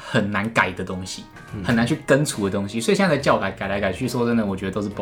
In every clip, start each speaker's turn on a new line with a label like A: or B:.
A: 很难改的东西，很难去根除的东西，所以现在的教改来改去，说真的，我觉得都是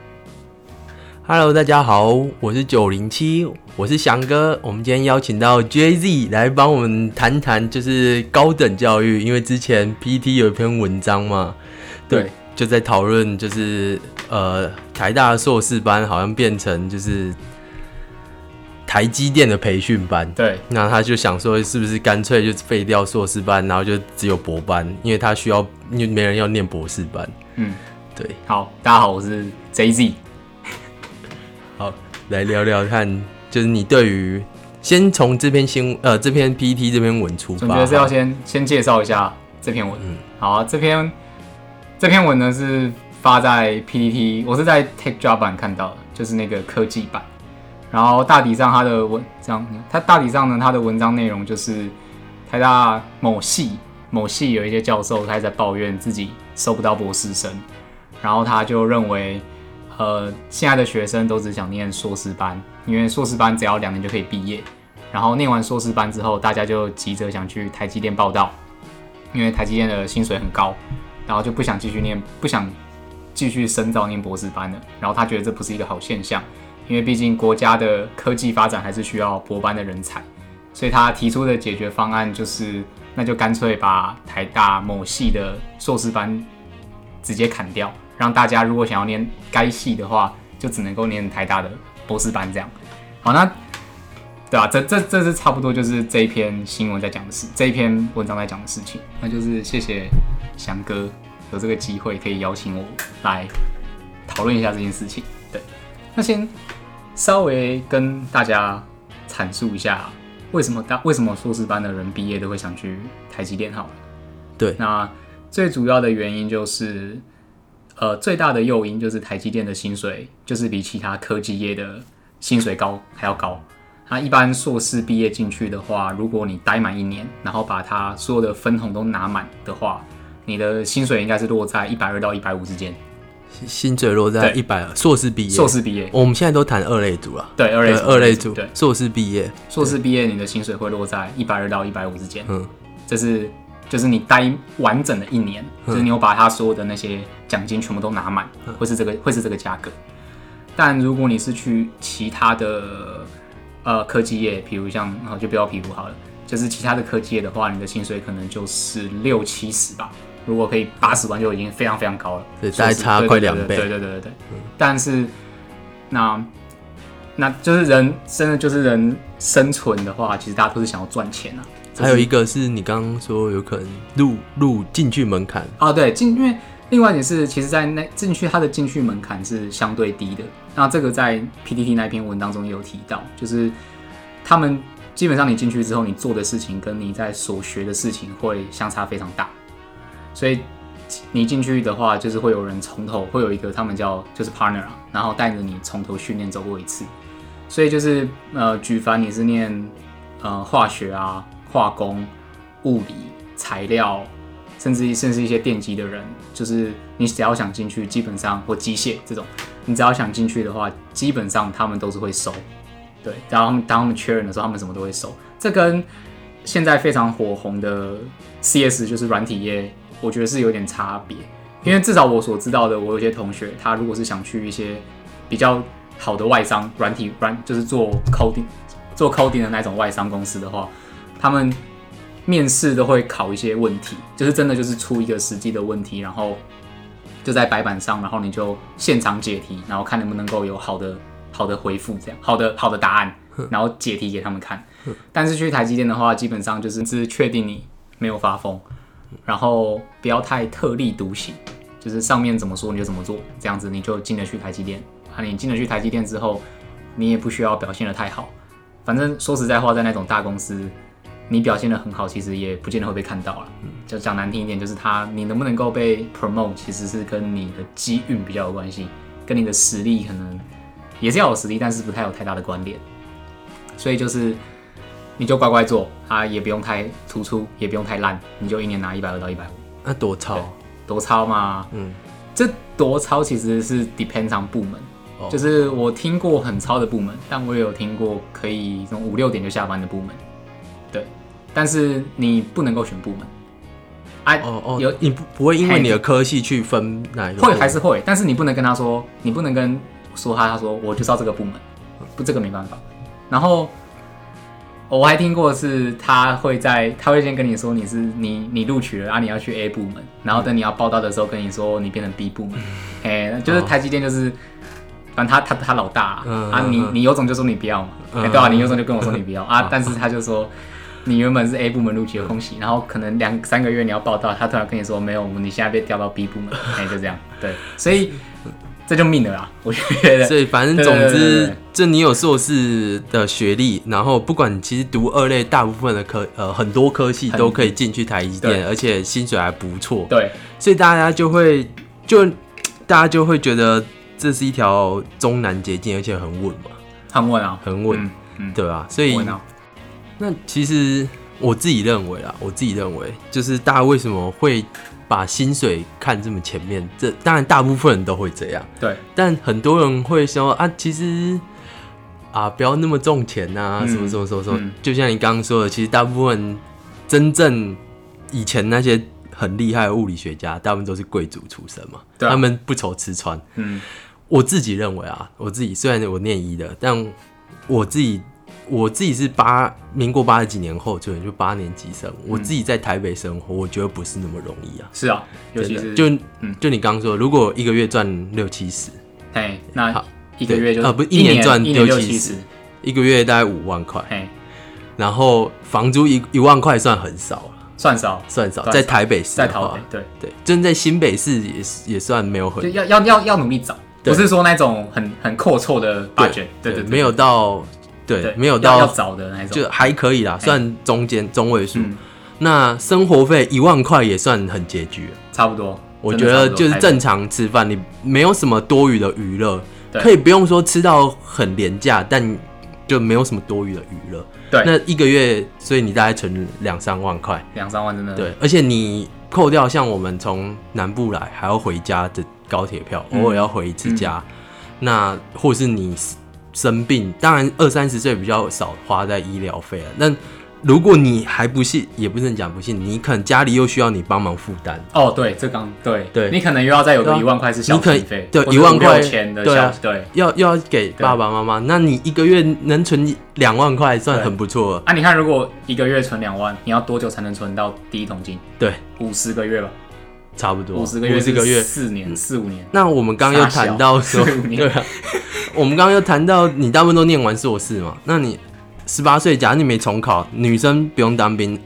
A: bullshit。Hello，
B: 大家好，我是907，我是翔哥。我们今天邀请到 JZ 来帮我们谈谈就是高等教育，因为之前 PTT 有一篇文章嘛，对，就在讨论就是台大的硕士班好像变成就是台积电的培训班，
A: 对，
B: 那他就想说是不是干脆就废掉硕士班，然后就只有博班，因为他需要，因为没人要念博士班。对。
A: 好，大家好，我是 JZ。
B: 好，来聊聊看，就是你对于先从这篇这篇 PTT 这篇文出发，
A: 我觉得是要先介绍一下这篇文。好，这篇文呢是发在 PTT， 我是在 TechJob 版看到的，就是那个科技版。然后大体上它的文章内容就是台大某系有一些教授他在抱怨自己收不到博士生，然后他就认为现在的学生都只想念硕士班，因为硕士班只要2年就可以毕业，然后念完硕士班之后，大家就急着想去台积电报到，因为台积电的薪水很高，然后就不想继续深造念博士班了。然后他觉得这不是一个好现象，因为毕竟国家的科技发展还是需要博班的人才，所以他提出的解决方案就是，那就干脆把台大某系的硕士班直接砍掉，让大家如果想要念该系的话，就只能够念台大的博士班这样。好，那对吧？这是差不多就是这一篇新闻在讲的事，这一篇文章在讲的事情。那就是谢谢翔哥有这个机会可以邀请我来讨论一下这件事情。对，那先稍微跟大家阐述一下为什么硕士班的人毕业都会想去台积电好了。
B: 对，
A: 那最主要的原因就是最大的诱因就是台积电的薪水就是比其他科技业的薪水还要高。那一般硕士毕业进去的话，如果你待满1年，然后把它所有的分红都拿满的话，你的薪水应该是落在120到150之间。
B: 薪水落在100，硕士毕业，我们现在都谈2类组了。
A: 对，二类组，对，
B: 硕士毕业，
A: 你的薪水会落在120到150之间。就是你待完整的1年，就是你有把他所有的那些奖金全部都拿满，会是这个价格。但如果你是去其他的科技业，比如像就不要譬如好了，就是其他的科技业的话，你的薪水可能就是60-70吧。如果可以80万就已经非常非常高了，
B: 对，大概差快2倍。
A: 对。但是那就是真的就是人生存的话，其实大家都是想要赚钱啊。
B: 还有一个是你刚刚说有可能入进去门槛
A: 对，因为另外一点是，其实在它的进去门槛是相对低的。那这个在 PTT 那篇文当中也有提到，就是他们基本上你进去之后，你做的事情跟你在所学的事情会相差非常大。所以你进去的话，就是会有人从头会有一个他们叫就是 partner 然后带着你从头训练走过一次。所以就是举凡你是念化学啊、化工、物理、材料，甚至一些电机的人，就是你只要想进去，基本上或机械这种，你只要想进去的话，基本上他们都是会收。对，当他们缺人的时候，他们什么都会收。这跟现在非常火红的 CS 就是软体业，我觉得是有点差别。因为至少我所知道的，我有些同学，他如果是想去一些比较好的外商就是做 coding 的那种外商公司的话，他们面试都会考一些问题，就是真的就是出一个实际的问题，然后就在白板上，然后你就现场解题，然后看能不能够有好的回复，这样好的答案，然后解题给他们看。但是去台积电的话，基本上就是确定你没有发疯，然后不要太特立独行，就是上面怎么说你就怎么做，这样子你就进得去台积电。你进得去台积电之后，你也不需要表现得太好，反正说实在话，在那种大公司，你表现得很好，其实也不见得会被看到了。就讲难听一点，就是你能不能够被 promote， 其实是跟你的机运比较有关系，跟你的实力可能也是要有实力，但是不太有太大的关联。所以就是你就乖乖做，也不用太突出，也不用太烂，你就1年拿120到150。
B: 那多超？
A: 多超嘛？这多超其实是 depends on 部门。就是我听过很超的部门，但我也有听过可以从5-6点就下班的部门，对。但是你不能够选部门
B: 你不会因为你的科系去分哪一个？
A: 会还是会，但是你不能跟他说，你不能跟他说我就是要这个部门，不，这个没办法。然后我还听过是他会先跟你说你录取了啊，你要去 A 部门，然后等你要报到的时候跟你说你变成 B 部门，就是台积电就是。反正他老大你有种就说你不要嘛，对吧？你有种就跟我说你不要啊，但是他就说你原本是 A 部门录取的，恭喜，然后可能2-3个月你要报到，他突然跟你说没有，你现在被调到 B 部门，就这样，对，所以这就命了啦，我觉得。
B: 所以反正总之，就你有硕士的学历，然后不管其实读2类，大部分的很多科系都可以进去台积电，而且薪水还不错，
A: 对，
B: 所以大家就会觉得。这是一条中南捷径，而且很稳嘛，
A: 很稳啊，
B: 很稳，对吧？所以，那其实我自己认为就是大家为什么会把薪水看这么前面？这当然大部分人都会这样，
A: 对。
B: 但很多人会说啊，其实不要那么重钱啊，什么。就像你刚刚说的，其实大部分真正以前那些很厉害的物理学家，大部分都是贵族出身嘛，他们不愁吃穿，我自己认为虽然我念医的，但我自己是民国80几年后就8年级生，我自己在台北生活，我觉得不是那么容易啊。
A: 是啊，尤其是
B: 就你刚刚说，如果一个月赚60-70，
A: 那一个月就
B: 不一年赚
A: 60-70，
B: 一个月大概5万块，然后房租1万块算很少了。算少，在台北市的话，对，真在新北市也算没有很，
A: 就要努力找，不是说那种很阔绰的budget，对，
B: 没有到，没有到
A: 要找的那种，
B: 就还可以啦，算中位数。那生活费1万块也算很拮据了，
A: 差不多。
B: 我觉得就是正常吃饭，你没有什么多余的娱乐，可以不用说吃到很廉价，但就没有什么多余的娱乐。
A: 对，
B: 那一个月，所以你大概存2-3万块
A: ，2-3万真的
B: 对，而且你扣掉像我们从南部来还要回家的高铁票，偶尔要回一次家，那或是你生病，当然20-30岁比较少花在医疗费了，但如果你还不信，也不是讲不信，你可能家里又需要你帮忙负担。
A: 哦，对，对，你可能又要再有个1万块是孝心费，
B: 对，1万块
A: 钱的对，
B: 要给爸爸妈妈。那你一个月能存2万块，算很不错了。
A: 你看，如果一个月存2万，你要多久才能存到第一桶金？
B: 对
A: ，50个月吧，
B: 差不多
A: 50个月，4年4-5年。
B: 那我们刚刚又谈到说，对啊，我们刚刚又谈到你大部分都念完硕士嘛，那你18岁，假如你没重考，女生不用当兵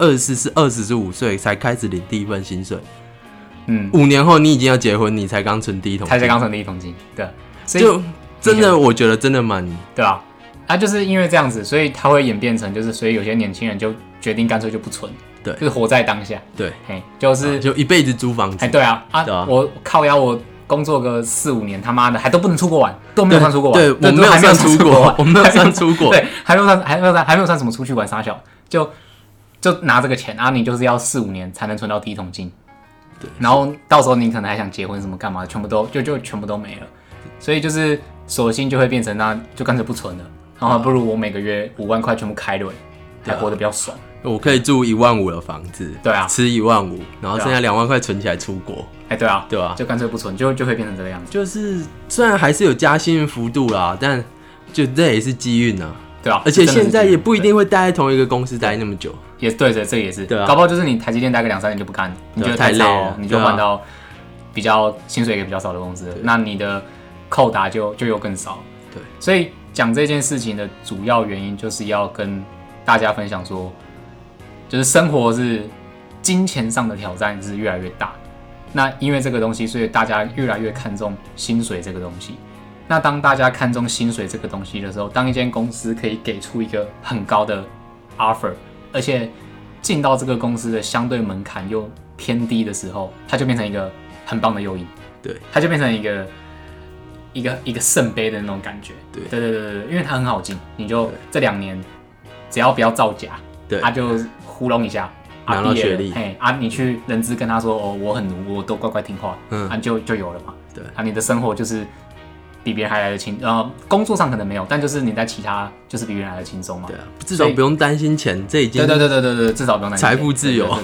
B: ，25岁才开始领第一份薪水。5年后你已经要结婚，你才刚存第一桶金，
A: 对，
B: 所以就真的我觉得真的蛮
A: 对啊，就是因为这样子，所以它会演变成所以有些年轻人就决定干脆就不存，
B: 对，
A: 就是活在当下，
B: 对，
A: 就
B: 一辈子租房子，
A: 对啊，我靠腰我。工作个4-5年，他妈的还都不能出国玩，都没有算出国玩。
B: 对，我没有算出国，我没有算出国，
A: 对，还没有算什么出去玩傻小，就拿这个钱你就是要4-5年才能存到第一桶金。对，然后到时候你可能还想结婚什么干嘛，全部都全部都没了，所以就是索性就会变成那就干脆不存了，然后不如我每个月5万块全部开了，还活得比较爽。
B: 我可以住1万5的房子，
A: 对啊，
B: 吃1万5，然后剩下2万块存起来出国。
A: 对啊，
B: 对吧？
A: 就干脆不存，就会变成这个样子。
B: 就是虽然还是有加薪幅度啦，但就这也是机运啊，
A: 对啊。
B: 而且现在也不一定会待在同一个公司待那么久。
A: 也对，这个也是，
B: 对啊。
A: 搞不好就是你台积电待个2-3年就不干，你觉得太累了，你就换到比较薪水也比较少的公司，那你的扣打就又更少。
B: 对，
A: 所以讲这件事情的主要原因就是要跟大家分享说，就是生活是金钱上的挑战是越来越大。那因为这个东西，所以大家越来越看重薪水这个东西。那当大家看重薪水这个东西的时候，当一间公司可以给出一个很高的 offer， 而且进到这个公司的相对门槛又偏低的时候，它就变成一个很棒的诱因。
B: 对，
A: 它就变成一个圣杯的那种感觉。对，因为它很好进，你就这2年只要不要造假，
B: 对，
A: 它就糊弄一下。
B: 拿到学历，
A: 你去人资跟他说我很奴，我都乖乖听话，就有了嘛。
B: 对
A: 你的生活就是比别人还来得轻，工作上可能没有，但就是你在其他就是比别人来得轻松嘛。
B: 对啊，至少不用担心钱，这已经
A: 对，至少不用担心
B: 财富自由。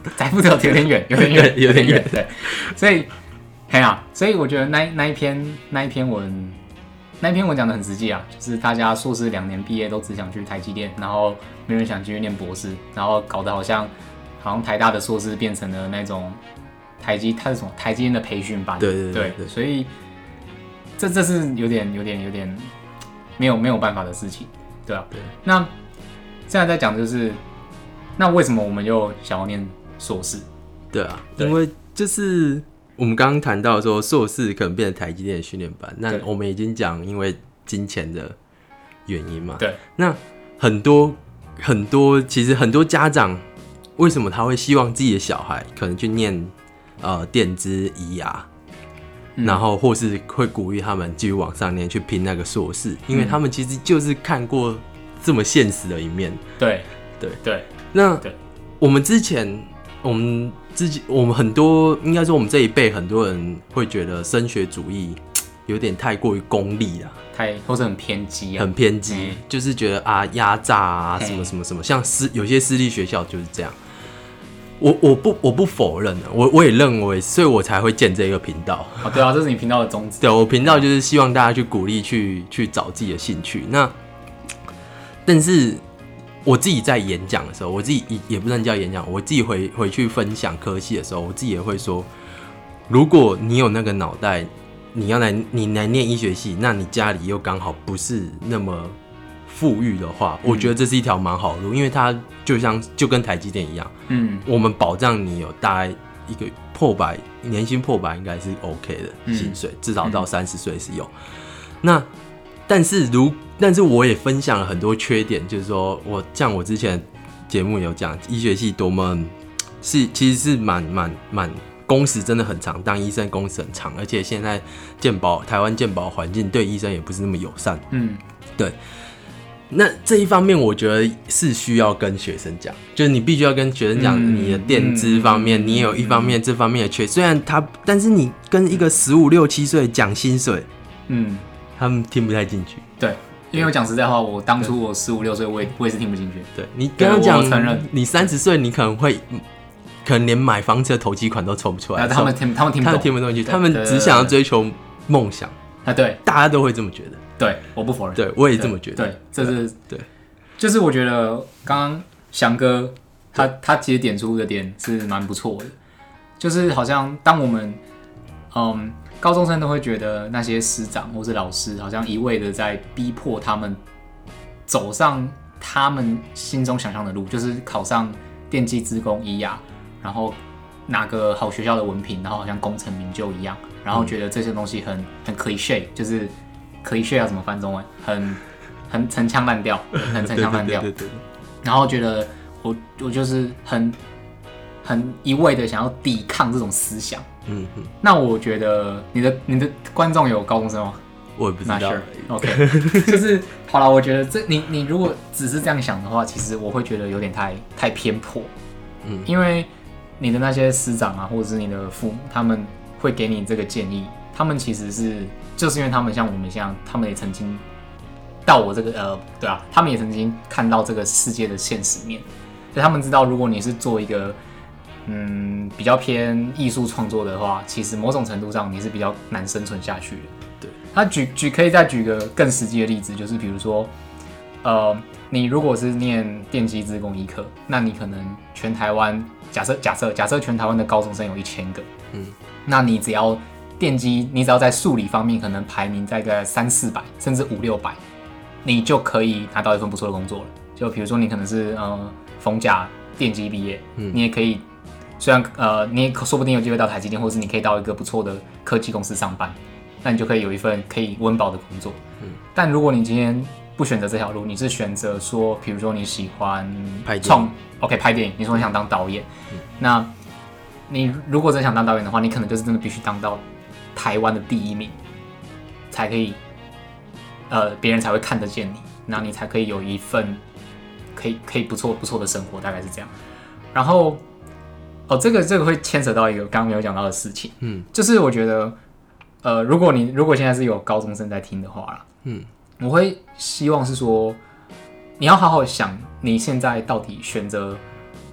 A: 载负责有点远，有点远，
B: 有点远。
A: 对，所以，所以我觉得那一篇文讲的很实际啊，就是大家硕士2年毕业都只想去台积电，然后没人想继续念博士，然后搞得好像台大的硕士变成了那种它是什么台积电的培训班，对，所以这是有点没有办法的事情，对啊。对，那现在在讲就是，那为什么我们又想要念硕士？
B: 对啊，因为就是我们刚刚谈到说硕士可能变成台积电的训练班，那我们已经讲因为金钱的原因嘛。
A: 对，那
B: 很多其实很多家长为什么他会希望自己的小孩可能去念电资医牙，然后或是会鼓励他们继续往上念去拼那个硕士，因为他们其实就是看过这么现实的一面。
A: 对，
B: 那我们之前我们很多应该说我们这一辈很多人会觉得升学主义有点太过于功利了，
A: 或是很偏激啊，
B: 很偏激，就是觉得啊压榨啊什么什么什么，像有些私立学校就是这样。我不否认的，我也认为，所以我才会建这个频道。
A: 对啊，这是你频道的宗旨。
B: 对，我频道就是希望大家去鼓励去找自己的兴趣。但是我自己在演讲的时候，我自己也不能叫演讲，我自己回去分享科系的时候，我自己也会说，如果你有那个脑袋，你来念医学系，那你家里又刚好不是那么富裕的话，我觉得这是一条蛮好的路，因为它就跟台积电一样，我们保障你有大概一个年薪破百应该是 OK 的薪水，至少到30岁是有。那但是我也分享了很多缺点，就是说像我之前节目有讲，医学系多么其实是蛮工时真的很长，当医生工时很长，而且现在台湾健保环境对医生也不是那么友善，对。那这一方面，我觉得是需要跟学生讲，就是你必须要跟学生讲你的电资方面，你也有一方面这方面的缺。虽然但是你跟一个15、16、17岁讲薪水，他们听不太进去。
A: 对，因为我讲实在话，我当初我15、16岁，我也是听不进去。
B: 对，你跟他讲，你30岁，你可能连买房子的头期款都抽不出来。
A: 他们听不
B: 进去，他们只想要追求梦想。
A: 对，
B: 大家都会这么觉得。
A: 对，我不否认。
B: 对，我也这么觉得。
A: 对，这是对，就是我觉得刚刚翔哥他其实点出的点是蛮不错的，就是好像当我们高中生都会觉得那些师长或是老师好像一味的在逼迫他们走上他们心中想象的路，就是考上电机、资工、医牙，然后拿个好学校的文凭，然后好像功成名就一样，然后觉得这些东西很 cliché， 就是cliché 要怎么翻中文？很陈腔滥调，很陈腔滥调。对。然后觉得我就是很一味的想要抵抗这种思想。那我觉得你的观众有高中生吗？
B: 我也不知道。
A: OK， 就是好了，我觉得你如果只是这样想的话，其实我会觉得有点太偏颇。因为你的那些师长啊，或者是你的父母，他们会给你这个建议，他们其实就是因为他们像我们一样，他们也曾经到我这个对啊，他们也曾经看到这个世界的现实面，所以他们知道，如果你是做一个比较偏艺术创作的话，其实某种程度上你是比较难生存下去的。对，他可以再举个更实际的例子，就是比如说你如果是念电机、资工、医科，那你可能全台湾假设全台湾的高中生有1000个，那你只要电机，你只要在数理方面可能排名在个300-400，甚至500-600，你就可以拿到一份不错的工作了。就比如说你可能是逢甲电机毕业，你也可以，虽然你也说不定有机会到台积电，或是你可以到一个不错的科技公司上班，那你就可以有一份可以温饱的工作。但如果你今天不选择这条路，你是选择说，比如说你喜欢拍电影，你说你想当导演，那你如果真想当导演的话，你可能就是真的必须当到台湾的第1名，才可以，别人才会看得见你，那你才可以有一份可以不错的生活，大概是这样。然后，这个会牵扯到一个刚刚没有讲到的事情，就是我觉得，如果现在是有高中生在听的话啦，我会希望是说，你要好好想你现在到底选择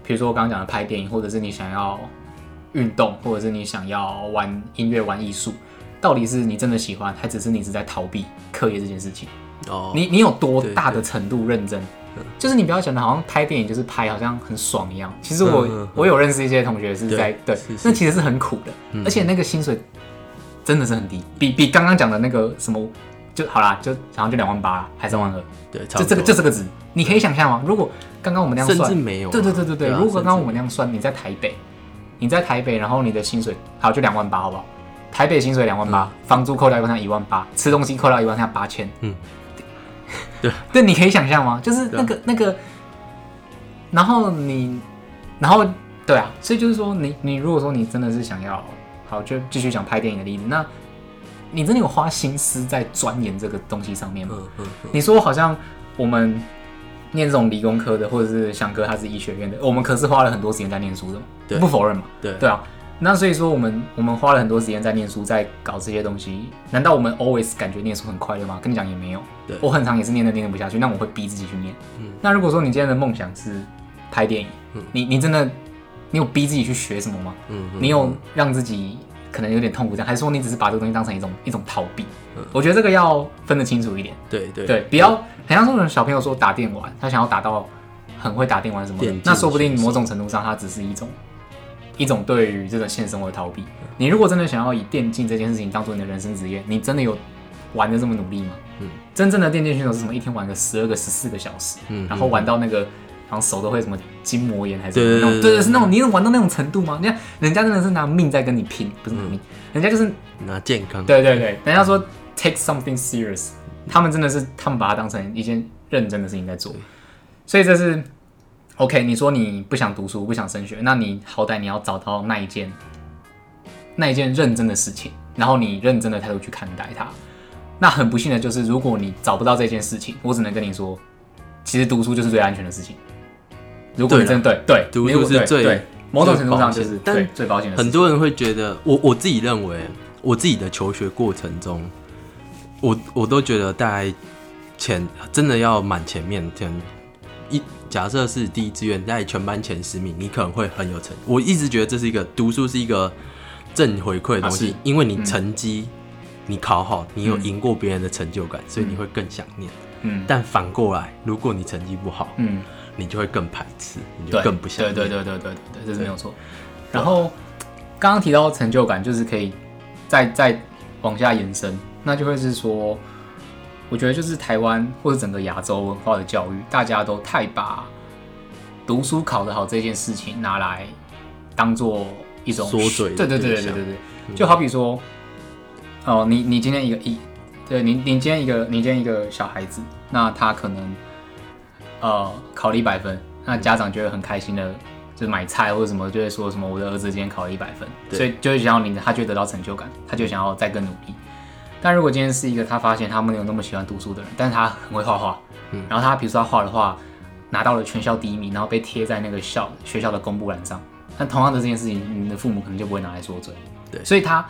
A: 比如说我刚刚讲的拍电影，或者是你想要运动，或者是你想要玩音乐、玩艺术，到底是你真的喜欢，还只是你是在逃避课业这件事情？你有多大的程度认真？就是你不要想的好像拍电影就是拍好像很爽一样。其实我有认识一些同学是在对，那其实是很苦的，而且那个薪水真的是很低，比刚刚讲的那个什么就好啦，就好像就2万8啦，还3万2。
B: 对，
A: 就这个值，你可以想象吗？如果刚刚我们那样算，
B: 甚至没有。
A: 对，如果刚刚我们那样算，你在台北，然后你的薪水好就2万8，好不好？台北薪水2万8，房租扣掉1万8，吃东西扣掉1万8000。对，你可以想象吗？就是那个，然后对啊，所以就是说你如果说你真的是想要好，就继续讲拍电影的例子，那你真的有花心思在钻研这个东西上面吗？你说好像我们念这种理工科的，或者是翔哥他是医学院的，我们可是花了很多时间在念书的嘛，不否认嘛。对啊，那所以说我们花了很多时间在念书，在搞这些东西，难道我们 always 感觉念书很快乐吗？跟你讲也没有，我很常也是念不下去，那我会逼自己去念。那如果说你今天的梦想是拍电影，你真的你有逼自己去学什么吗？你有让自己可能有点痛苦这样，还是说你只是把这个东西当成一种逃避？我觉得这个要分得清楚一点。对，不要很像说小朋友说打电玩，他想要打到很会打电玩什么的，那说不定某种程度上它只是一种对于这种现实生活的逃避。你如果真的想要以电竞这件事情当做你的人生职业，你真的有玩的这么努力吗？真正的电竞选手是什么？一天玩个12个、14个小时，然后玩到那个好像手都会什么筋膜炎还是什么那种，对，是那种你能玩到那种程度吗？你看人家真的是拿命在跟你拼，不是拿命，人家就是
B: 拿健康。
A: 对，人家说 take something serious， 他们真的是他们把它当成一件认真的事情在做，所以这是 OK。你说你不想读书，不想升学，那你好歹你要找到那一件认真的事情，然后你认真的态度去看待它。那很不幸的就是，如果你找不到这件事情，我只能跟你说，其实读书就是最安全的事情。如果你真的对，
B: 读书是最
A: 某种程度上就是最保险的事情。
B: 很多人会觉得，我自己认为，我自己的求学过程中，我都觉得大概真的要满前面，假设是第一志愿，在全班前10名，你可能会很有成绩。我一直觉得这是读书是一个正回馈的东西，因为你成绩。你考好，你有赢过别人的成就感，所以你会更想念。但反过来，如果你成绩不好，你就会更排斥，你就更不想念。
A: 对，这是没有错。然后刚刚提到成就感，就是可以再往下延伸，那就会是说，我觉得就是台湾或者整个亚洲文化的教育，大家都太把读书考得好这件事情拿来当做一种
B: 缩嘴。
A: 对，就好比说。你今天你今天一个小孩子，那他可能考了100分，那家长就会很开心的，就是买菜或者什么，就会说什么我的儿子今天考了100分，所以就会想要他就会得到成就感，他就想要再更努力。但如果今天是一个他发现他没有那么喜欢读书的人，但是他很会画画，然后他比如说他画的画拿到了全校第1名，然后被贴在那个学校的公布栏上，但同样的这件事情，你的父母可能就不会拿来说嘴，对，所以他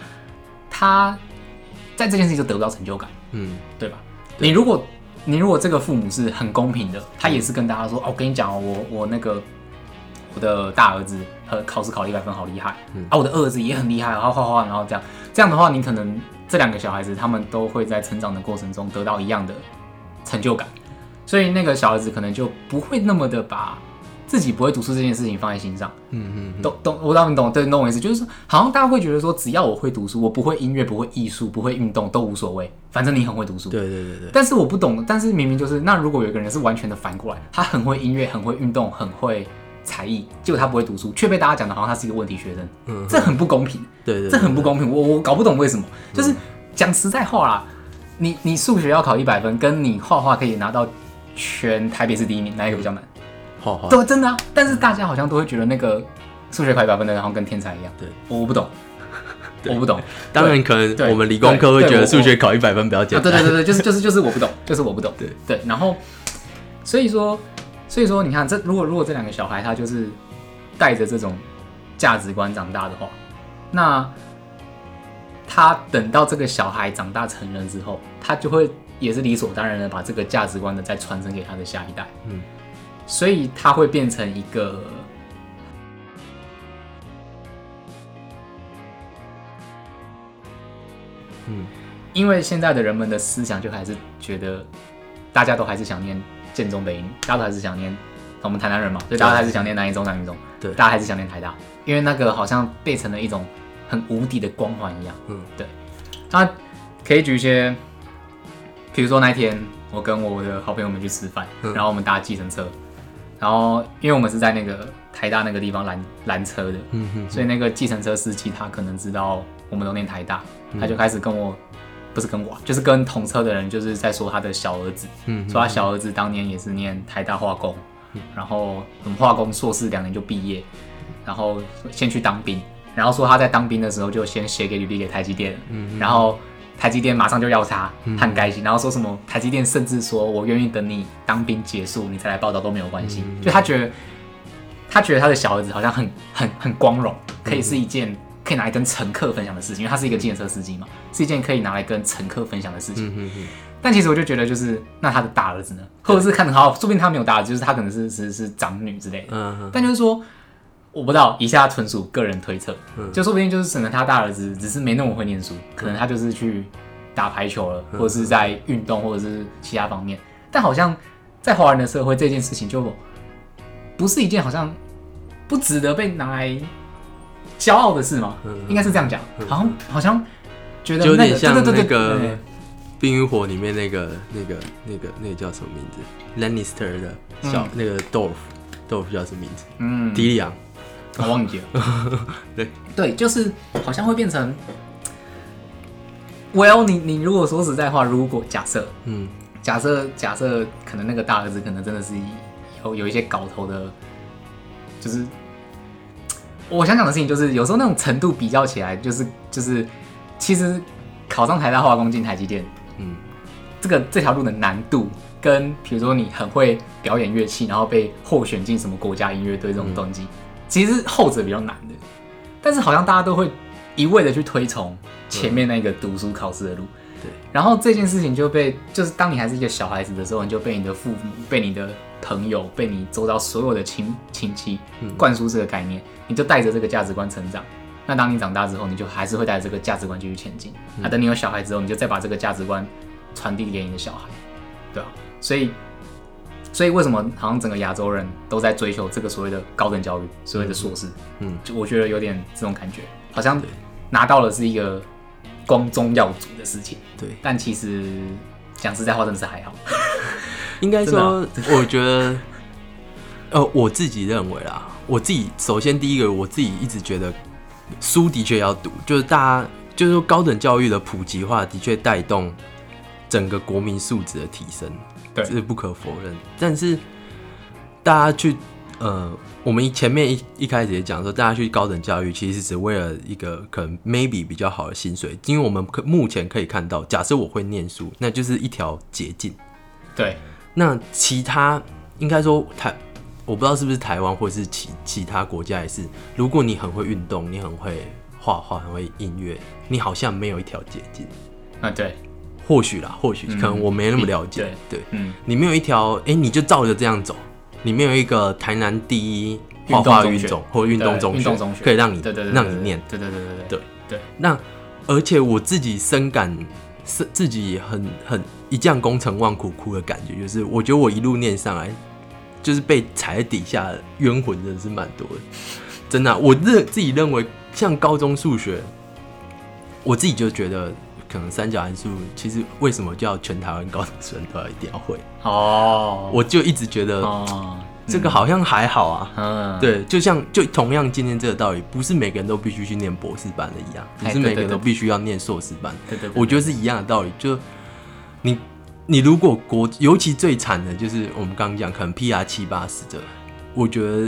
A: 在这件事情就得不到成就感，对吧？你如果这个父母是很公平的，他也是跟大家说，我跟你讲我我的大儿子考试考了100分，好厉害，我的二儿子也很厉害，然后画画，然后这样的话，你可能这2个小孩子他们都会在成长的过程中得到一样的成就感，所以那个小孩子可能就不会那么的把自己不会读书这件事情放在心上，我当然懂，对，懂我意思，就是说，好像大家会觉得说，只要我会读书，我不会音乐，不会艺术，不会运动都无所谓，反正你很会读书。
B: 对。
A: 但是我不懂，但是明明就是，那如果有一个人是完全的反过来，他很会音乐，很会运动，很会才艺，结果他不会读书，却被大家讲的好像他是一个问题学生，这很不公平。
B: 对，
A: 这很不公平，我搞不懂为什么。就是讲实在话啦，你数学要考100分，跟你画画可以拿到全台北市第1名，哪一个比较难？对，真的啊，但是大家好像都会觉得那个数学考100分的人好像跟天才一样。对，我不懂，我不懂。当
B: 然，可能我们理工科会觉得数学考100分比较简单。
A: 对，就是我不懂，就是我不懂。对，然后所以说你看，如果这2个小孩他就是带着这种价值观长大的话，那他等到这个小孩长大成人之后，他就会也是理所当然的把这个价值观的再传承给他的下一代。所以他会变成一个因为现在的人们的思想就还是觉得，大家都还是想念建中北一女，大家都还是想念我们台南人嘛，所以大家还是想念南一中、南一中，对，大家还是想念台大，因为那个好像变成了一种很无敌的光环一样，对。那可以举一些，比如说那一天我跟我的好朋友们去吃饭，然后我们搭计程车，然后因为我们是在那个台大那个地方拦车的，所以那个计程车司机他可能知道我们都念台大，他就开始跟我。不是跟我，就是跟同车的人，就是在说他的小儿子，说他小儿子当年也是念台大化工，然后我们化工硕士2年就毕业，然后先去当兵，然后说他在当兵的时候就先写给履历给台积电，然后台积电马上就要他，他很开心，然后说什么台积电甚至说我愿意等你当兵结束你再来报道都没有关系，就他觉得他的小儿子好像很光荣，可以是一件。可以拿来跟乘客分享的事情，因为他是一个计程车司机嘛，是一件可以拿来跟乘客分享的事情。但其实我就觉得，就是那他的大儿子呢，或者是看得好，说不定他没有大儿子，就是他可能是长女之类的。但就是说，我不知道，以下纯属个人推测，就说不定就是可能他大儿子只是没那么会念书，可能他就是去打排球了，或者是在运动，或者是其他方面。但好像在华人的社会，这件事情就不是一件好像不值得被拿来。骄傲的事吗？应该是这样讲，好像觉得
B: 就有点像那个《冰与火》里面那个叫什么名字 ？Lannister 的小那个 Dorf 叫什么名字？迪里昂，
A: 我忘记了。对，就是好像会变成 ，Well， 你如果说实在话，如果假设可能那个大儿子可能真的是有一些搞头的，就是。我想讲的事情就是，有时候那种程度比较起来，就是其实考上台大化工进台积电，这条路的难度，跟比如说你很会表演乐器，然后被候选进什么国家音乐队这种东西，其实后者比较难的。但是好像大家都会一味的去推崇前面那个读书考试的路，对。然后这件事情就是当你还是一个小孩子的时候，你就被你的父母、被你的朋友、被你周遭所有的亲戚灌输这个概念。你就带着这个价值观成长，那当你长大之后，你就还是会带着这个价值观继续前进。等你有小孩之后，你就再把这个价值观传递给你的小孩，对吧？所以为什么好像整个亚洲人都在追求这个所谓的高等教育，所谓的硕士？就我觉得有点这种感觉，好像拿到了是一个光宗耀祖的事情。对，但其实讲实在话，真的是还好。
B: 应该说，我觉得，我自己认为啦。我自己首先第一个，我自己一直觉得书的确要读，就是大家就是说高等教育的普及化的确带动整个国民素质的提升，对，这是不可否认。但是大家去我们前面一开始也讲说，大家去高等教育其实只为了一个可能 maybe 比较好的薪水，因为我们目前可以看到，假设我会念书，那就是一条捷径。对，那其他应该说我不知道是不是台湾或是其他国家也是，如果你很会运动，你很会画画，很会音乐，你好像没有一条捷径。对，或许可能我没那么了解。对，你没有一条，你就照着这样走，你没有一个台南第一画画运动或运动中学可以让你念。对。那而且我自己深感自己很一将功成万骨枯的感觉，就是我觉得我一路念上来。就是被踩在底下的冤魂真的是蛮多的，真的我自己认为，像高中数学，我自己就觉得，可能三角函数，其实为什么叫全台湾高中生都要一定要会？我就一直觉得，这个好像还好啊。对，就同样今天这个道理，不是每个人都必须去念博士班的一样，不是每个人都必须要念硕士班。我觉得是一样的道理，就你如果尤其最惨的就是我们刚刚讲，可能 PR 70-80的，我觉得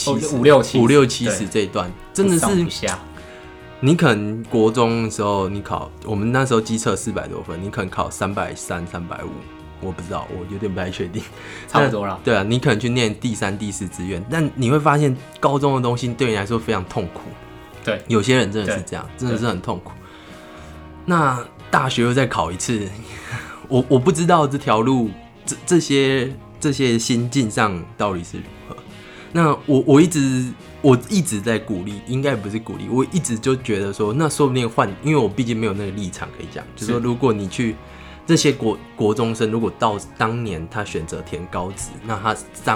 B: 5、6、70这一段真的是，你可能国中的时候你考，我们那时候基测400多分，你可能考330、350，我不知道，我有点不太确定，
A: 差不多啦。
B: 对啊，你可能去念第3、第4志愿，但你会发现高中的东西对你来说非常痛苦。对，有些人真的是这样，真的是很痛苦。那大学又再考一次。我不知道这条路这些心境上到底是如何， 那我一直在鼓励，应该不是鼓励，我一直就觉得说，那说不定因为我毕竟没有那个立场可以讲，就是说如果你去这些国中生，如果到当年他选择填高职，那他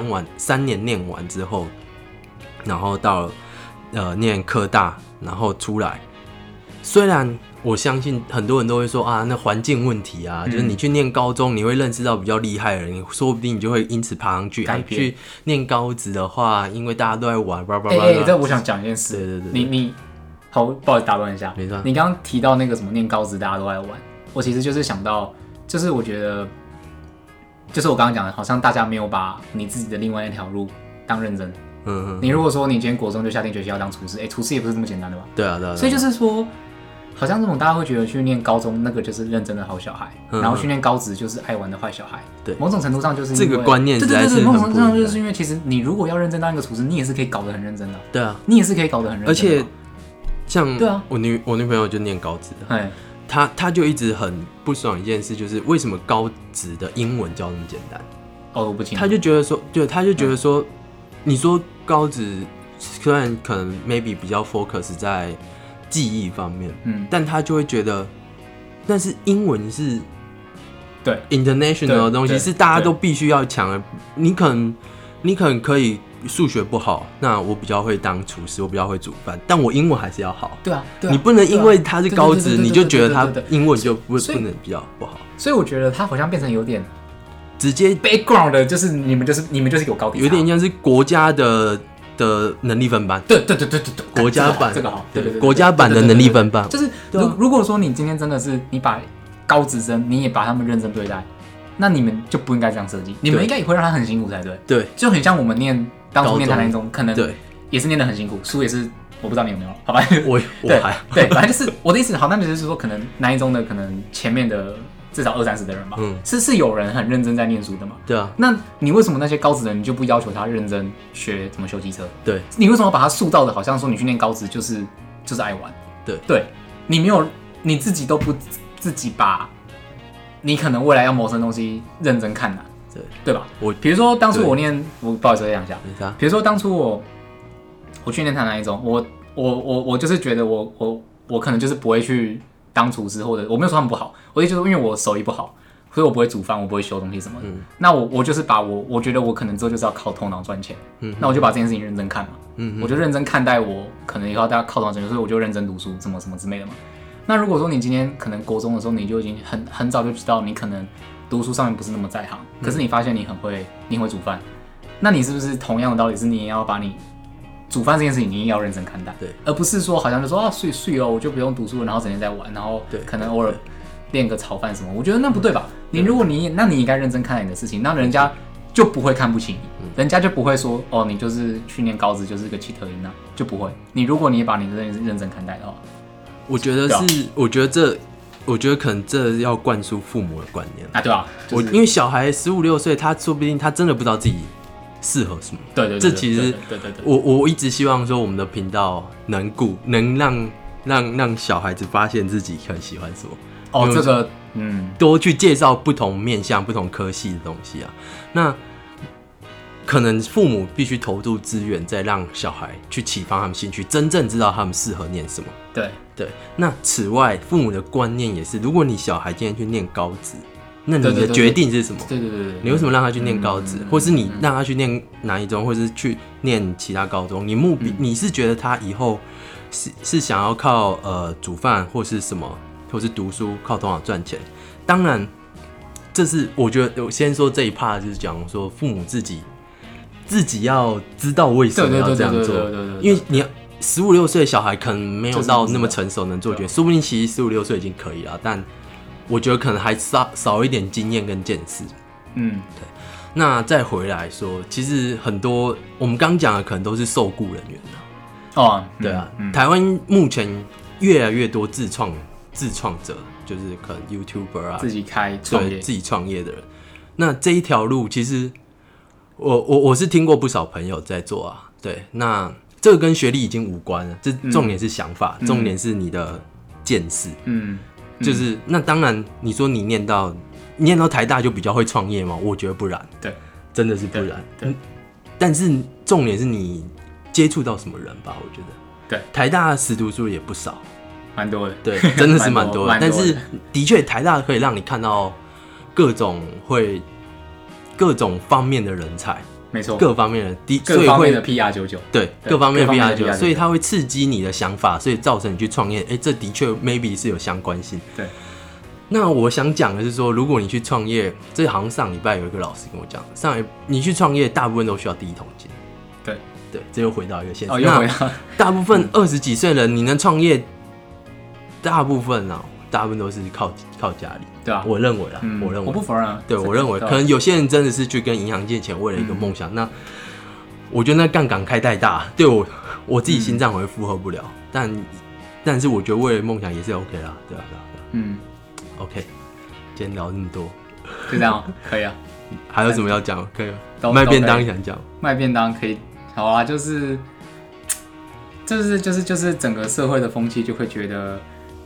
B: 3年念完之后，然后到念科大，然后出来，虽然我相信很多人都会说啊，那环境问题啊，就是你去念高中，你会认识到比较厉害的人，说不定你就会因此爬上去。去念高职的话，因为大家都在玩，
A: 这我想讲一件事。
B: 对，
A: 你好，不好意思打断一下。
B: 没错。
A: 你刚刚提到那个什么念高职大家都在玩，我其实就是想到，就是我觉得，就是我刚刚讲的，好像大家没有把你自己的另外一条路当认真。你如果说你今天国中就下定决心要当厨师，厨师也不是这么简单的吧？
B: 对啊。
A: 所以就是说。好像这种大家会觉得去念高中那个就是认真的好小孩，然后去念高职就是爱玩的坏小孩。对，某种程度上就是因为
B: 这个观念，
A: 对，某种程度上就是因为其实你如果要认真当一个厨师，你也是可以搞得很认真的。
B: 对啊，
A: 你也是可以搞得很认真。而
B: 且像我女朋友就念高职的，她就一直很不爽一件事，就是为什么高职的英文教那么简单？
A: 我不清楚。
B: 她就觉得说，她就觉得说，你说高职虽然可能 maybe 比较 focus 在记忆方面，但他就会觉得，但是英文是
A: 对
B: international 的东西，是大家都必须要强的。你可能可以数学不好，那我比较会当厨师，我比较会煮饭，但我英文还是要好。
A: 对啊，
B: 你不能因为他是高职，你就觉得他英文就不能比较不好。
A: 所以我觉得他好像变成有点
B: 直接
A: background 的，就是你们就是有高低差，
B: 有点像是国家的能力分班，
A: 对，
B: 国家版
A: 这个好，对，
B: 国家版的能力分班，
A: 就是如果说你今天真的是你把高职生你也把他们认真对待，那你们就不应该这样设计，你们应该也会让他很辛苦才对，
B: 对，
A: 就很像我们当初念台南一中，可能也是念得很辛苦，书也是我不知道你有没有，好吧，
B: 我还
A: 对，反正就是我的意思，好，那就是说可能南一中的可能前面的。至少20-30的人吧，是有人很认真在念书的嘛？
B: 对啊。
A: 那你为什么那些高职人你就不要求他认真学怎么修机车？
B: 对。
A: 你为什么把他塑造的好像说你去念高职就是爱玩？
B: 对。
A: 你没有你自己都不自己把，你可能未来要谋生的东西认真看呐，对吧？比如说当初我不好意思，再讲一下。比如说当初我去念台南一中，我就是觉得我可能就是不会去。当厨师或者我没有说他们不好，我的意思就是因为我手艺不好，所以我不会煮饭，我不会修东西什么的。那我就是把我觉得我可能之后就是要靠头脑赚钱，那我就把这件事情认真看嘛，我就认真看待我可能以后大家靠头脑赚钱，所以我就认真读书，什么之类的嘛。那如果说你今天可能国中的时候你就已经很早就知道你可能读书上面不是那么在行，可是你发现你会煮饭，那你是不是同样的道理是你也要把你煮饭这件事情你也要认真看待，
B: 对，
A: 而不是说好像就说啊睡了我就不用读书了，然后整天在玩，然后可能偶尔练个炒饭什么，我觉得那不对吧？如果那你应该认真看待你的事情，那人家就不会看不起你，人家就不会说哦你就是去念高职就是个奇特音啊，就不会。如果你也把你的认真看待的话，
B: 我觉得是，我觉得可能这要灌输父母的观念
A: 啊，对吧？
B: 因为小孩15、16岁，他说不定他真的不知道自己适合什么？
A: 对，
B: 这其实我一直希望说我们的频道能让小孩子发现自己很喜欢什么。
A: 哦，这个
B: 多去介绍不同面向、不同科系的东西啊。那可能父母必须投入资源，再让小孩去启发他们兴趣，真正知道他们适合念什么。对。那此外，父母的观念也是，如果你小孩今天去念高职。那你的决定是什么？
A: 对，
B: 你为什么让他去念高职，或是你让他去念南一中，或是去念其他高中？你是觉得他以后是想要靠煮饭或是什么，或是读书靠头脑赚钱？当然，这是我觉得我先说这一 part 就是讲说父母自己要知道为什么要这样做，因为你15、16岁的小孩可能没有到那么成熟能做决定，说不定其实15、16岁已经可以了，但我觉得可能还少一点经验跟见识。对。那再回来说，其实很多我们刚讲的可能都是受雇人员对啊，台湾目前越来越多自创者，就是可能 YouTuber 啊，
A: 自己
B: 创业的人。那这一条路，其实我是听过不少朋友在做啊。对，那这个跟学历已经无关了，这重点是想法，重点是你的见识。就是那当然，你说你念到台大就比较会创业吗？我觉得不然，
A: 对，
B: 真的是不然。 但是重点是你接触到什么人吧？我觉得，
A: 对，
B: 台大死读书也不少，
A: 蛮多的，
B: 对，真的是蛮多的。但是的确，台大可以让你看到各种方面的人才。
A: 没错，
B: 各方面的
A: 各方面的 PR99，
B: 对，各方面的 PR99，所以它会刺激你的想法，所以造成你去创业。这的确 maybe 是有相关性。
A: 对，
B: 那我想讲的是说，如果你去创业，这好像上礼拜有一个老师跟我讲，你去创业，大部分都需要第一桶金。
A: 对，
B: 这又回到一个现实。
A: 又回到
B: 大部分20几岁的人，你能创业，大部分都是靠家里。对啊，我认为啦，
A: 我不否认啊。
B: 对，我认为可能有些人真的是去跟银行借钱，为了一个梦想。那我觉得那杠杆开太大，对我自己心脏我会负荷不了。但是我觉得为了梦想也是 OK 啦，对啊。OK， 今天聊那么多，
A: 就这样，可以啊。
B: 还有什么要讲？可以卖便当想讲？
A: 卖便当可以，好啊，就是整个社会的风气就会觉得，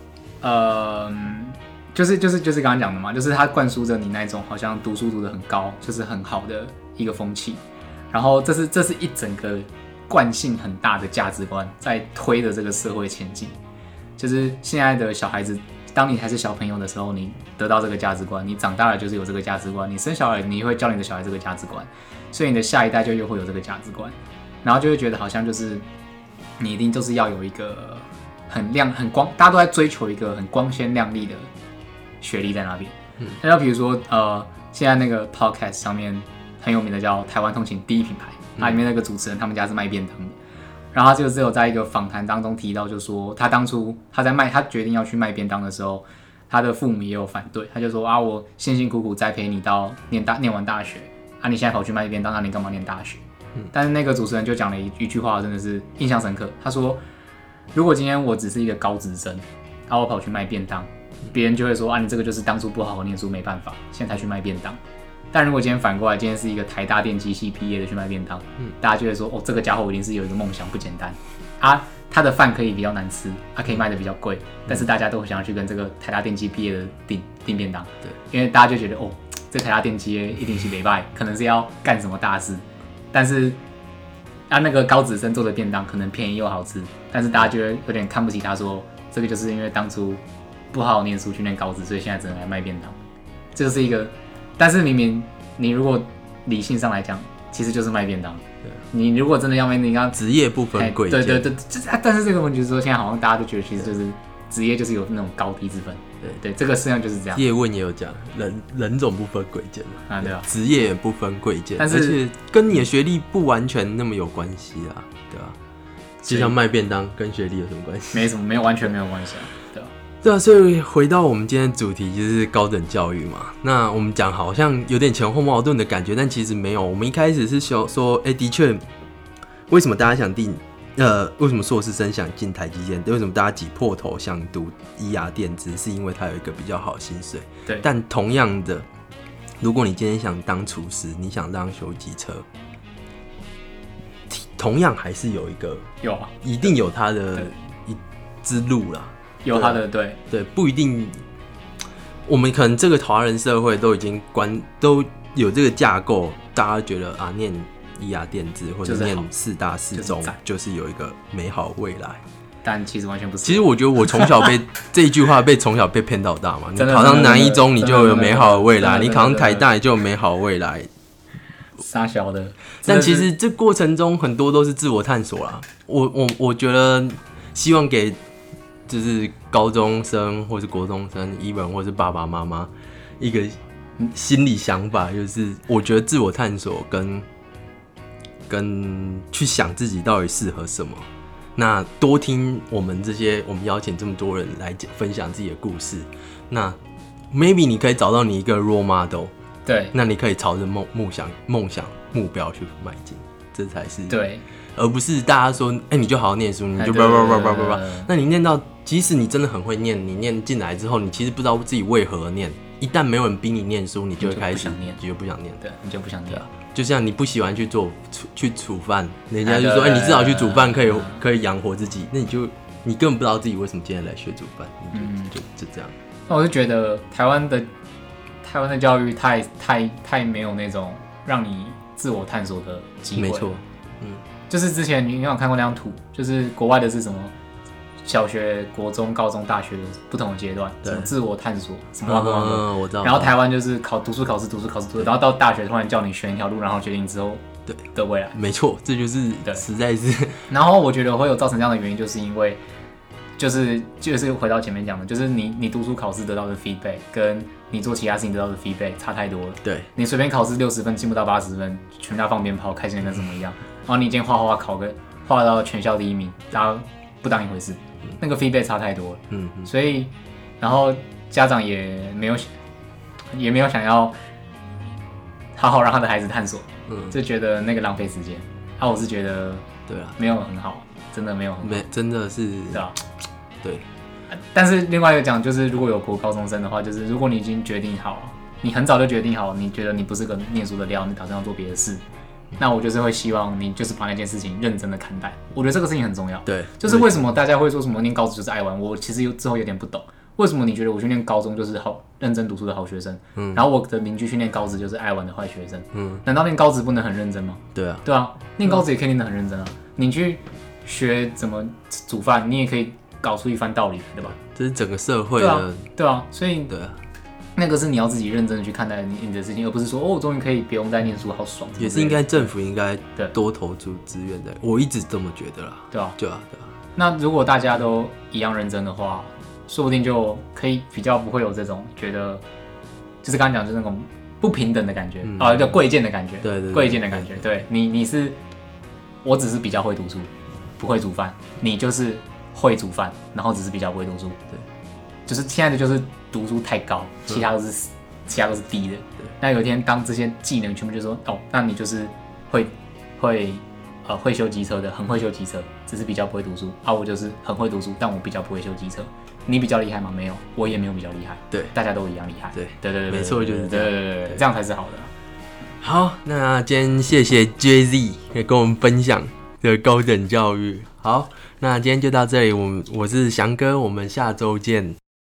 A: 就是刚刚讲的嘛，就是它灌输着你那种好像读书读得很高，就是很好的一个风气，然后这是一整个惯性很大的价值观在推着这个社会前进。就是现在的小孩子，当你还是小朋友的时候，你得到这个价值观，你长大了就是有这个价值观，你生小孩你会教你的小孩这个价值观，所以你的下一代就又会有这个价值观，然后就会觉得好像就是你一定就是要有一个很亮很光，大家都在追求一个很光鲜亮丽的学历在那边。那比如说现在那个 podcast 上面很有名的叫台湾通勤第一品牌，它里面那个主持人他们家是卖便当的，然后他就只有在一个访谈当中提到，就说他当初他决定要去卖便当的时候，他的父母也有反对，他就说啊，我辛辛苦苦栽培你到念完大学啊，你现在跑去卖便当，那你干嘛念大学？但是那个主持人就讲了一句话，真的是印象深刻。他说，如果今天我只是一个高职生，然后我跑去卖便当，别人就会说啊，你这个就是当初不好好念书没办法，现在才去卖便当。但如果今天反过来，今天是一个台大电机系毕业的去卖便当，大家就会说哦，这个家伙一定是有一个梦想，不简单啊。他的饭可以比较难吃，他可以卖的比较贵，但是大家都想要去跟这个台大电机毕业的订便当，对，因为大家就觉得哦，这台大电机一定是没败，可能是要干什么大事。但是那个高职生做的便当可能便宜又好吃，但是大家就会有点看不起他，说这个就是因为当初不好好念书去念高职，所以现在只能来卖便当。这就是一个，但是明明你如果理性上来讲，其实就是卖便当。你如果真的要卖，你刚
B: 职业不分贵贱，
A: 对，但是这个问题就是说，现在好像大家都觉得其实就是职业就是有那种高低之分。对，这个实际上就是这样。叶问也有讲，人种不分贵贱嘛，对吧？职业也不分贵贱，但是而且跟你的学历不完全那么有关系啊，对吧？就像卖便当跟学历有什么关系？没有，完全没有关系啊，对吧？对啊，所以回到我们今天的主题就是高等教育嘛。那我们讲好像有点前后矛盾的感觉，但其实没有。我们一开始是说，的确，为什么大家想为什么硕士生想进台积电？为什么大家挤破头想读ER电子？是因为它有一个比较好的薪水。对。但同样的，如果你今天想当厨师，你想当修机车，同样还是有一个一定有它的一之路啦。有它的对，不一定。我们可能这个华人社会都已经都有这个架构，大家觉得啊，念ER电子或者念4大4中就是有一个美好未来，但其实完全不是。其实我觉得我从小这一句话从小被骗到大嘛。你考上南一中你就有美好的未来，你考上台大你就有美好的未来。傻小的，但其实这过程中很多都是自我探索啦。我觉得希望给就是高中生或是国中生，even或是爸爸妈妈一个心理想法，就是我觉得自我探索跟去想自己到底适合什么。那多听我们邀请这么多人来分享自己的故事，那 maybe 你可以找到你一个 role model， 对，那你可以朝着梦想目标去迈进，这才是对，而不是大家说你就好好念书，你就那你念到，即使你真的很会念，你念进来之后，你其实不知道自己为何而念。一旦没有人逼你念书，你就会开始你就不想念，对，你就不想念。就像你不喜欢去煮饭，人家就说你至少去煮饭可以养活自己，那你根本不知道自己为什么今天来学煮饭，就这样。那我就觉得台湾的教育太没有那种让你自我探索的机会。
B: 没错，
A: 就是之前你有看过那张图，就是国外的是什么小学、国中、高中、大学的不同的阶段，什么自我探索，什么
B: 我知道。
A: 然后台湾就是读书考试，然后到大学突然叫你选一条路，然后决定之后的未来。
B: 没错，这就是实在是。
A: 然后我觉得会有造成这样的原因，就是因为就是回到前面讲的，就是你读书考试得到的 feedback 跟你做其他事情得到的 feedback 差太多了。
B: 对，
A: 你随便考试60分进不到80分，全家放鞭炮，开心的跟什么一样。然后你今天画画到全校第1名，大家不当一回事，那个 feedback 差太多了。所以然后家长也没有想要好好让他的孩子探索，就觉得那个浪费时间。我是觉得
B: 对啊，
A: 没有很好，真的没有很好，
B: 真的是
A: 对啊，
B: 对。
A: 但是另外一个讲就是，如果有国高中生的话，就是如果你已经决定好，你很早就决定好，你觉得你不是个念书的料，你打算要做别的事，那我就是会希望你就是把那件事情认真的看待。我觉得这个事情很重要。
B: 对，
A: 就是为什么大家会说什么念高职就是爱玩，我其实之后有点不懂，为什么你觉得我去念高中就是好认真读书的好学生，然后我的邻居去念高职就是爱玩的坏学生，难道念高职不能很认真吗？
B: 对啊，
A: 对啊，念高职也可以念得很认真啊。你去学怎么煮饭，你也可以搞出一番道理，对吧？
B: 这是整个社会的，
A: 对啊，所以
B: 对啊，
A: 那个是你要自己认真的去看待你的事情，而不是说我终于可以不用再念书，好爽。
B: 也是应该政府应该多投注资源的，我一直这么觉得啦。
A: 对啊，
B: 对啊。
A: 那如果大家都一样认真的话，说不定就可以比较不会有这种觉得，就是刚刚讲就是那种不平等的感觉叫贵贱的感觉，
B: 对，
A: 贵贱的感觉。对你是，我只是比较会读书，不会煮饭，你就是会煮饭，然后只是比较不会读书。对，就是现在的就是读书太高，其他都是低的。那有一天当这些技能全部就说那你就是会修机车的，很会修机车，只是比较不会读书。我就是很会读书，但我比较不会修机车。你比较厉害吗？没有，我也没有比较厉害。
B: 对，
A: 大家都一样厉害。对，
B: 没错，就是这样。
A: 对，这样才是好的。
B: 好，那今天谢谢 JZ 可以跟我们分享这个高等教育。好，那今天就到这里，我是翔哥，我们下周见。